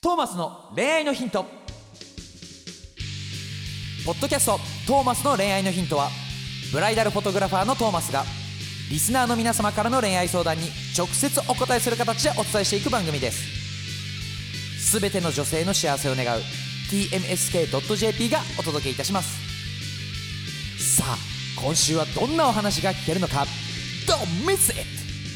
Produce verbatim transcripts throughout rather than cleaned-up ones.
トーマスの恋愛のヒント。ポッドキャストトーマスの恋愛のヒントは、ブライダルフォトグラファーのトーマスがリスナーの皆様からの恋愛相談に直接お答えする形でお伝えしていく番組です。すべての女性の幸せを願う ティーエムエスケードットジェーピー がお届けいたします。さあ今週はどんなお話が聞けるのか、 Don't miss it。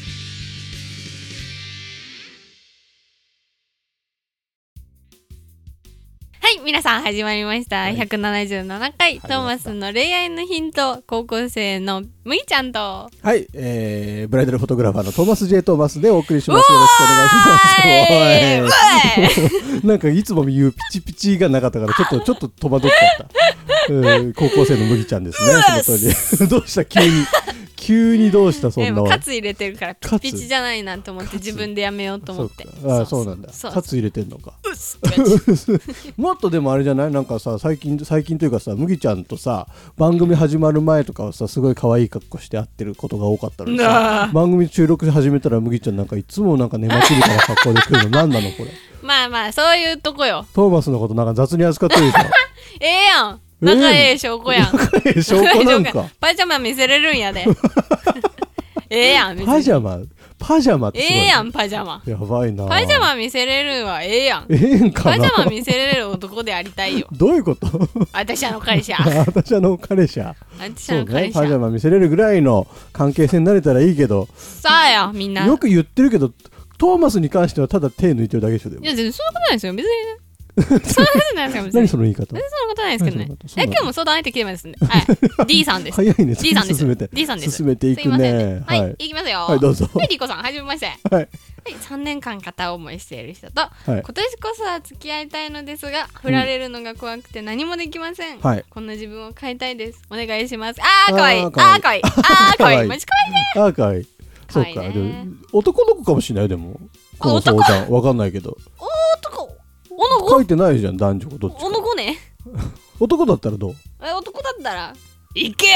はい、皆さん始まりました、はい、ひゃくななじゅうななかいトーマスの恋愛のヒント。高校生のむぎちゃんと、 はい、えー、ブライダルフォトグラファーのトーマス J トーマスでお送りします。よろしくお願いします。なんかいつも言うピチピチがなかったからちょっとちょっと戸惑っちゃった、えー、高校生のむぎちゃんですね。その通りどうした急に急にどうしたそんな。 えー、もうカツ入れてるからピチピチじゃないなと思って自分でやめようと思って。 ああそうなんだ。カツ入れてんのか。 うっすもっとでもあれじゃない、なんかさ最近最近というかさ、むぎちゃんとさ番組始まる前とかはさすごい可愛い格好して会ってることが多かったのにさ、番組収録始めたらむぎちゃんなんかいつもなんか寝まくりから格好で来るの何なのこれ。 まあまあそういうとこよ。 トーマスのことなんか雑に扱ってるでしょ。 ええやん、仲ええ証拠やん。 仲ええ証拠なんか。 パジャマ見せれるんやで。ええやん。 パジャマパジャマってすごい、ね、 ええやんパジャマ。 やばいな。 パジャマ見せれるはええやん。 ええんかな。 パジャマ見せれる男でありたいよ。 どういうこと。 私の彼氏。 私の彼氏。 私の彼氏。 パジャマ見せれるぐらいの関係性になれたらいいけど。 さあやみんな。 よく言ってるけどトーマスに関してはただ手抜いてるだけでしょ。でもいや全然そんなことないですよ別にね。そんなことないですよ別に。 何その言い方。 別にそんなことないですけどね。え今日も相談相手来てますんで。はい。D さんです。 早いね。 D さんです。 進めて D さんです。 進めていくね。 はい、はい、いきますよ。 はいどうぞ。 はいリコさんはじめまして。 はい。 はい、さんねんかん片思いしている人と、はい、今年こそは付き合いたいのですが振られるのが怖くて何もできません、はい、こんな自分を変えたいです。お願いします。あーかわいい、あーかわいい、あーかわいい、マジかわいいね。 あーかわいい。そうか。でも男の子かもしれない。でもこの相談わかんないけど。 男男書いてないじゃん男女どっちか。 男ね。 男だったらどう。 え男だったらいけや。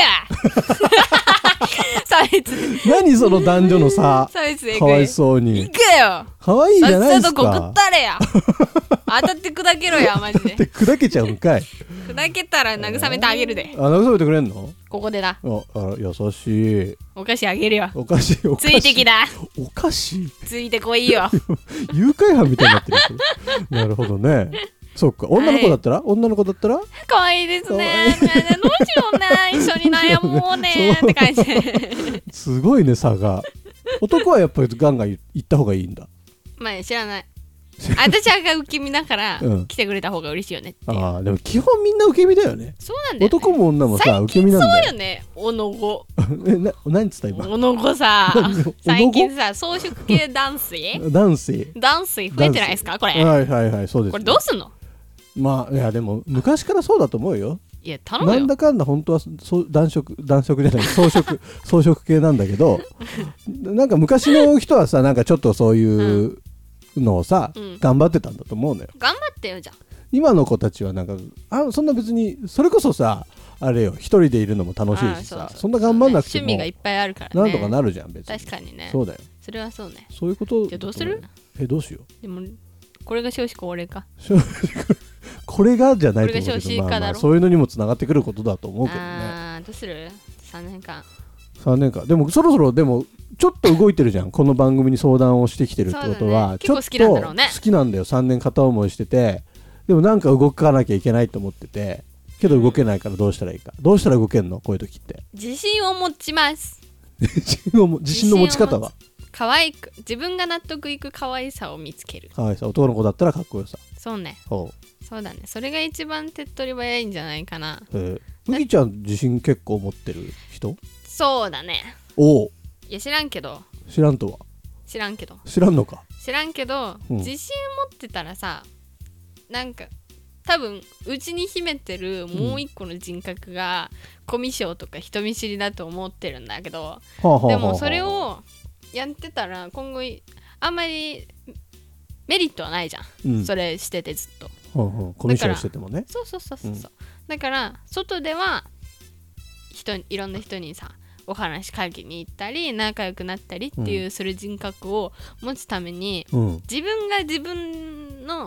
差別。 何その男女の差。 差別でかわいそうに。 いけよ。 かわいいじゃないですか。 さっさと告ったれや。当たって砕けろやマジで。 で砕けちゃうんかい。 砕けたら慰めてあげるで。 あ慰めてくれんの。ここでだ。 ああ優しい。 お菓子あげるよ。 お菓子お菓子。 ついてきだ。 お菓子。 ついてこいよ。 誘拐犯みたいになってる。なるほどね。そっか女の子だったら、はい、女の子だったら可愛いですね。どうしようね一緒に悩もうねって感じ。 すごいね差が。男はやっぱりガンガン言った方がいいんだ。 まあ知らない。私はが受け身だから、うん、来てくれた方が嬉しいよねっていう。 ああでも基本みんな受け身だよね。 そうなんだよ、ね、 男も女もさ受け身なんだよ。 そうよね。おのご。 えな何つった今。 おのごさ最近さ装飾系男性男性男性増えてないですかこれ。 はいはいはいそうです、ね、 これどうすんの。まあいやでも昔からそうだと思うよ。 いや頼むよ。 なんだかんだ本当はそ男色男色じゃない装飾装飾系なんだけどなんか昔の人はさなんかちょっとそういうのをさ、うん、頑張ってたんだと思うのよ。 頑張ってよじゃん。 今の子たちはなんかあそんな別にそれこそさあれよ一人でいるのも楽しいしさ そ, う そ, う そんな頑張んなくても、 ね、趣味がいっぱいあるからねなんとかなるじゃん別に。 確かにね。 そうだよ。 それはそうね。 そういうことじゃあどうする。 えどうしよう。 でもこれが少子高齢か。 これがじゃないと思うけど、 これが少子化だろ、 まあまあ、そういうのにもつながってくることだと思うけどね。 あどうするさんねんかん。 さんねんかんでもそろそろでもちょっと動いてるじゃんこの番組に相談をしてきてるってことは、ね、 ちょっと好きなんだろうね。 好きなんだよ。さんねん片思いしててでもなんか動かなきゃいけないと思っててけど動けないからどうしたらいいか。どうしたら動けんのこういう時って。 自信を持ちます。 自信を自信の持ち方は可愛く自分が納得いく可愛さを見つける。 可愛さ男の子だったらかっこよさ。 そうね。 ほうそうだね。それが一番手っ取り早いんじゃないかな。 むぎちゃん自信結構持ってる人。 そうだね。 おお。 いや知らんけど。 知らんとは知らんけど知らんのか。 知らんけど、うん、自信持ってたらさなんか多分うちに秘めてるもう一個の人格が、うん、コミュ障とか人見知りだと思ってるんだけど、はあはあ、でもそれをやってたら今後あんまりメリットはないじゃん、うん、それしててずっと、 はあはあ、コミュ障しててもね。 そうそうそうそう、うん、だから外では人いろんな人にさお話し会議に行ったり仲良くなったりっていうする人格を持つために、うん、自分が自分の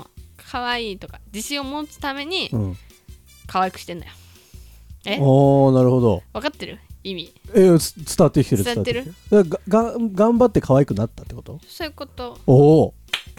可愛いとか自信を持つためにうん可愛くしてんだよ。えおーなるほど。 分かってる意味。 えー、つ伝わってきてる伝わってる伝わってきてるだからがが頑張って可愛くなったってこと？ そういうこと。 おお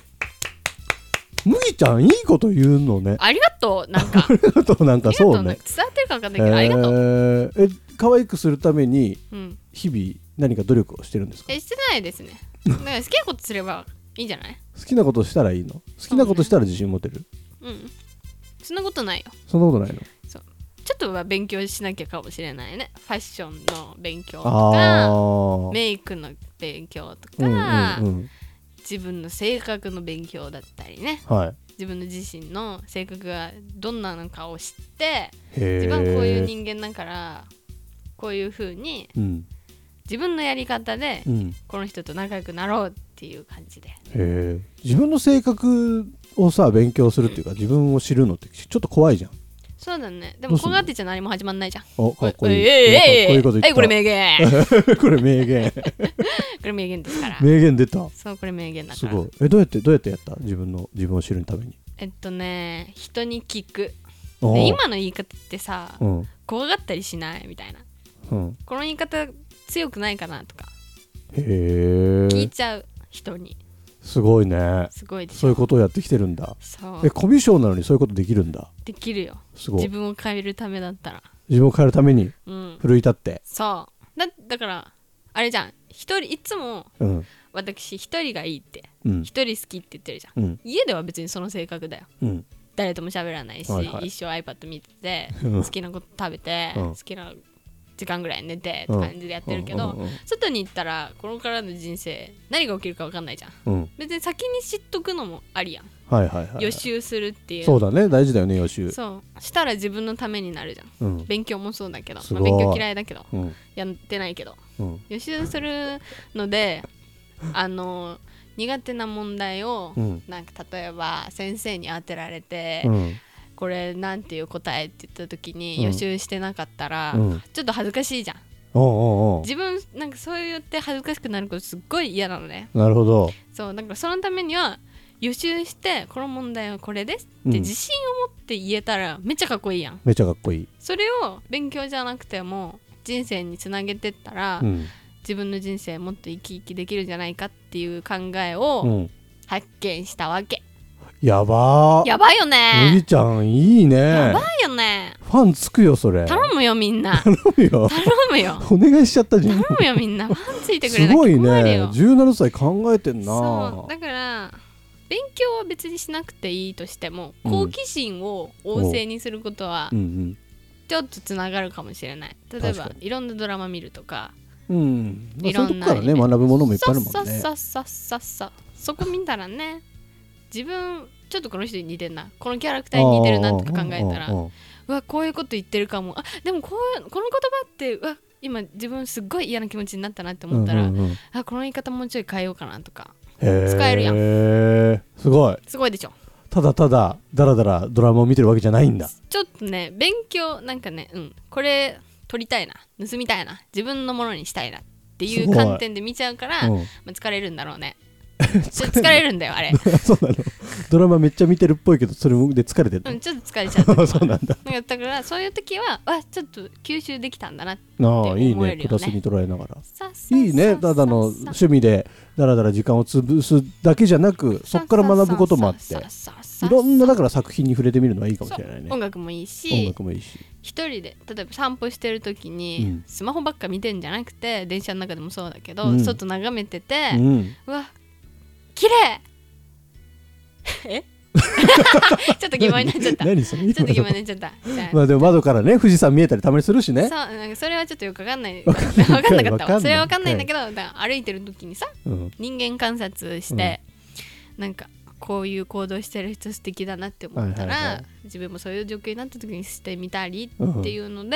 麦ちゃんいいこと言うのね。 ありがとう。なんかありがとう。なんかそうね。 伝わってるか分かんないけど、ありがとう。 えー、え可愛くするためにうん日々何か努力をしてるんですか？ えしてないですね。だから好きなことすればいいんじゃない？ 好きなことしたらいいの？好きなことしたら自信持てる？ うんそんなことないよ。 そんなことないの？ ちょっとは勉強しなきゃかもしれないね。ファッションの勉強とあかーメイクの勉強とか、 うんうんうん自分の性格の勉強だったりね。 はい自分の自身の性格がどんなのかを知ってへ自分はこういうー人間だからこういう風にうん自分のやり方でうんこの人と仲良くなろうっていう感じで。 へー自分の性格をさ勉強するっていうか自分を知るのってちょっと怖いじゃん。 そうだね。でどうすんのもこうやってちゃ何も始まんないじゃん。 おかっこいい。 えいえいえいいやかっこいいこと言った。 えいこれ名言これ名言。 これ名言ですから。 名言出た。 そうこれ名言だから。 すごい。えどうやってどうやってやった？自分の自分を知るために。 えっとね人に聞く。 おーで今の言い方ってさ、 うん怖がったりしないみたいな。 うんこの言い方強くないかなとかへえ聞いちゃう人に。 すごいね。 すごいでしょ。 そういうことをやってきてるんだ。 そうえコミュ障なのにそういうことできるんだ。 できるよ。 すごい。 自分を変えるためだったら。 自分を変えるためにうん奮い立って。 そうだだからあれじゃん。一人いつもうん私一人がいいってうん一人好きって言ってるじゃん。 うん家では別にその性格だよ。 うん誰とも喋らないし、 はいはい一生 iPad 見ててうん好きなこと食べて、 うん好きな時間ぐらい寝てって感じでやってるけど、 うんうんうん外に行ったらこのからの人生何が起きるか分かんないじゃん。 うん別に先に知っとくのもありやん。 はいはいはい。 予習するっていう。 そうだね大事だよね予習。 そうしたら自分のためになるじゃん。 うん勉強もそうだけど、 すごいまあ、勉強嫌いだけどうんやってないけどうん予習するのであの苦手な問題を、 うんなんか例えば先生に当てられて、 うんこれなんていう答えって言った時にうん予習してなかったら、 うんちょっと恥ずかしいじゃん。 おうおうおう自分なんかそう言って恥ずかしくなることすっごい嫌なのね。 なるほど。 そうだからそのためには予習してこの問題はこれですうんって自信を持って言えたらめっちゃかっこいいやん。 めっちゃかっこいい。 それを勉強じゃなくても人生につなげてったら、 うん自分の人生もっと生き生きできるんじゃないかっていう考えうをん発見したわけ。 やばー。 やばいよ麦ね。 ちゃんいいね。 やばいよね。 ファンつくよそれ。 頼むよみんな。 頼むよ。 頼むよ。 お願いしちゃったじゃん。 頼むよみんな。ファンついてくれなきゃすごいね困るよ。 じゅうななさい考えてんな。 そうだから勉強は別にしなくていいとしても、 うん好奇心を旺盛にすることはうんちょっとつながるかもしれない。例えば確かいろんなドラマ見るとか、 うんうんまあいろそういうんとこからねなアニメ学ぶものもいっぱいあるもさっんね。 さっさっさっさそこ見たらね、自分ちょっとこの人に似てんな、このキャラクターに似てるなとか考えたら、 うんうんうんうわこういうこと言ってるかも、あでもこういうこの言葉ってうわ今自分すっごい嫌な気持ちになったなって思ったら、 うんうんうんあこの言い方もうちょい変えようかなとかへー使えるやん。 すごい。 すごいでしょ。 ただただだらだらドラマを見てるわけじゃないんだ。 ちょっとね勉強なんかね、うんこれ取りたいな盗みたいな自分のものにしたいなっていうすごい観点で見ちゃうから、 うんまあ、疲れるんだろうね。ちょっと疲れるんだよあれ。 そうなの。ドラマめっちゃ見てるっぽいけどそれで疲れてるうん、ちょっと疲れちゃう時もの。そうなんだ。 なんかだからそういう時はあちょっと吸収できたんだなってあ思あいいえるよねねプラスに捉えながら。 さっさいいね。 さただのさ趣味でだらだら時間を潰すだけじゃなくそこから学ぶこともあってささささいろんなだから作品に触れてみるのはいいかもしれないね。 音楽もいいし音楽もいいし。 一人で例えば散歩してる時に、 うんスマホばっか見てんじゃなくて電車の中でもそうだけど、 うん外眺めてて、 ううんわ綺麗えちょっと疑問になっちゃった。ちょ何それっと疑問になっちゃった。じゃあまあでも窓からね富士山見えたりたまにするしね。 そうなんかそれはちょっとよくわかんない。 わわかんないかんなかったわ。 わかんないそれはわかんないんだけど、だから歩いてる時にさ、 うん人間観察して、なんかこういう行動してる人素敵だなって思ったら、 はいはいはい自分もそういう状況になった時にしてみたりっていうので、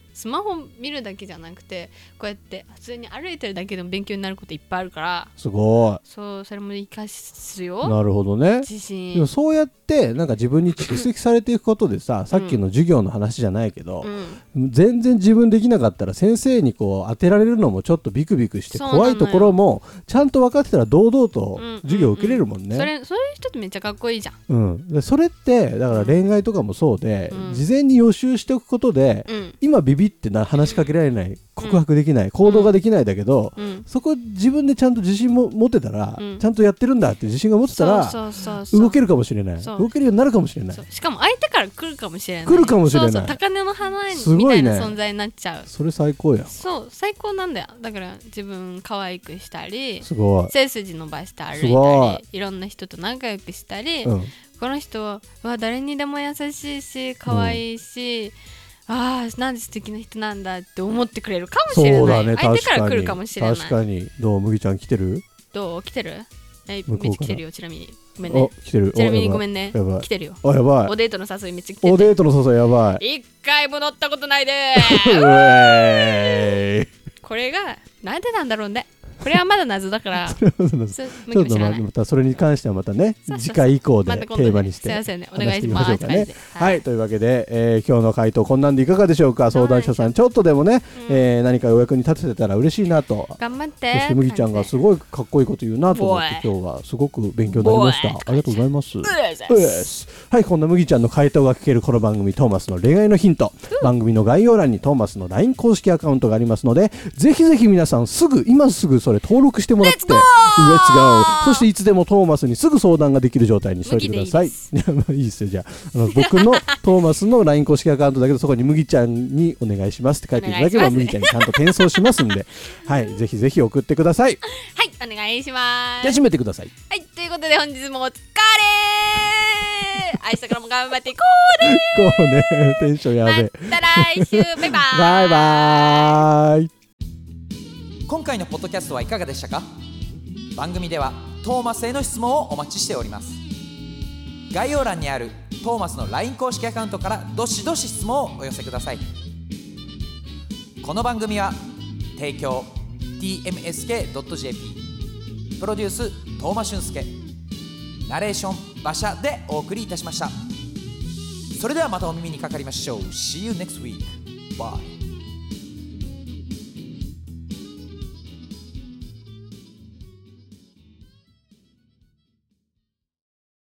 スマホ見るだけじゃなくてこうやって普通に歩いてるだけでも勉強になることいっぱいあるからすごい。 そうそれも活かすよ。 なるほどね。 自信。 でもそうやってなんか自分に蓄積されていくことでさ、さっきの授業の話じゃないけど、 うん、 全然自分できなかったら先生にこう当てられるのもちょっとビクビクして怖いところもちゃんと分かってたら堂々と授業を受けれるもんね、 うんうんうん、それそういう人ってめっちゃかっこいいじゃん、 うん、でそれってだから恋愛とかもそうで、うん、事前に予習しておくことで、うん、今ビビってな話しかけられない、告白できない、行動ができないだけど、うん、そこ自分でちゃんと自信も持ってたら、うん、ちゃんとやってるんだって自信が持ってたら動けるかもしれない、動けるようになるかもしれない、 しかも相手から来るかもしれない、 来るかもしれない、 そうそう高嶺の花みたいな存在になっちゃう、ね、 それ最高や。 そう最高なんだよ。だから自分可愛くしたりすごい背筋伸ばして歩いたり い, いろんな人と仲良くしたり、うん、この人は誰にでも優しいし可愛いし、うんああなんで素敵な人なんだって思ってくれるかもしれない。そうだね、相手から来るかもしれない。 確かに。どう麦ちゃん来てる？ どう来てる？えめっちゃ来てるよ。ちなみにごめんね。 来てる。 ちなみにごめんね。来てるよ。 あやばい。 おデートの誘いめっちゃ来てる。 おデートの誘いやばい。 一回も乗ったことないでー。これがなんでなんだろうね。これはまだ謎だからちょっとまたそれに関してはまたね次回以降でテーマにして話してみましょうかね。はいというわけで、えー、今日の回答こんなんでいかがでしょうか。相談者さんちょっとでもね、うんえー、何かお役に立ててたら嬉しいなと。 頑張って。 そして麦ちゃんがすごいかっこいいこと言うなと思って今日はすごく勉強になりました。ありがとうございます。はいこんな麦ちゃんの回答が聞けるこの番組トーマスの恋愛のヒント、うん、番組の概要欄にトーマスの ライン 公式アカウントがありますのでぜひぜひ皆さんすぐ今すぐそれ登録してもらって Let's go! そしていつでもトーマスにすぐ相談ができる状態にしておいてください。いいですよ。じゃあ、あの僕のトーマスの ライン 公式アカウントだけどそこに麦ちゃんにお願いしますって書いていただければ麦ちゃんにちゃんと転送しますんではいぜひぜひ送ってください。 はいお願いします。 じゃあ締めてください。 はいということで本日もお疲れ明日からも頑張っていこうねこうねテンションやべえ。 また来週バイバイバイバイ。 今回のポッドキャストはいかがでしたか。番組ではトーマスへの質問をお待ちしております。概要欄にあるトーマスの ライン 公式アカウントからどしどし質問をお寄せください。この番組は提供 ティーエムエスケードットジェーピー プロデュース東間俊介ナレーション馬車でお送りいたしました。それではまたお耳にかかりましょう。 See you next week. Bye.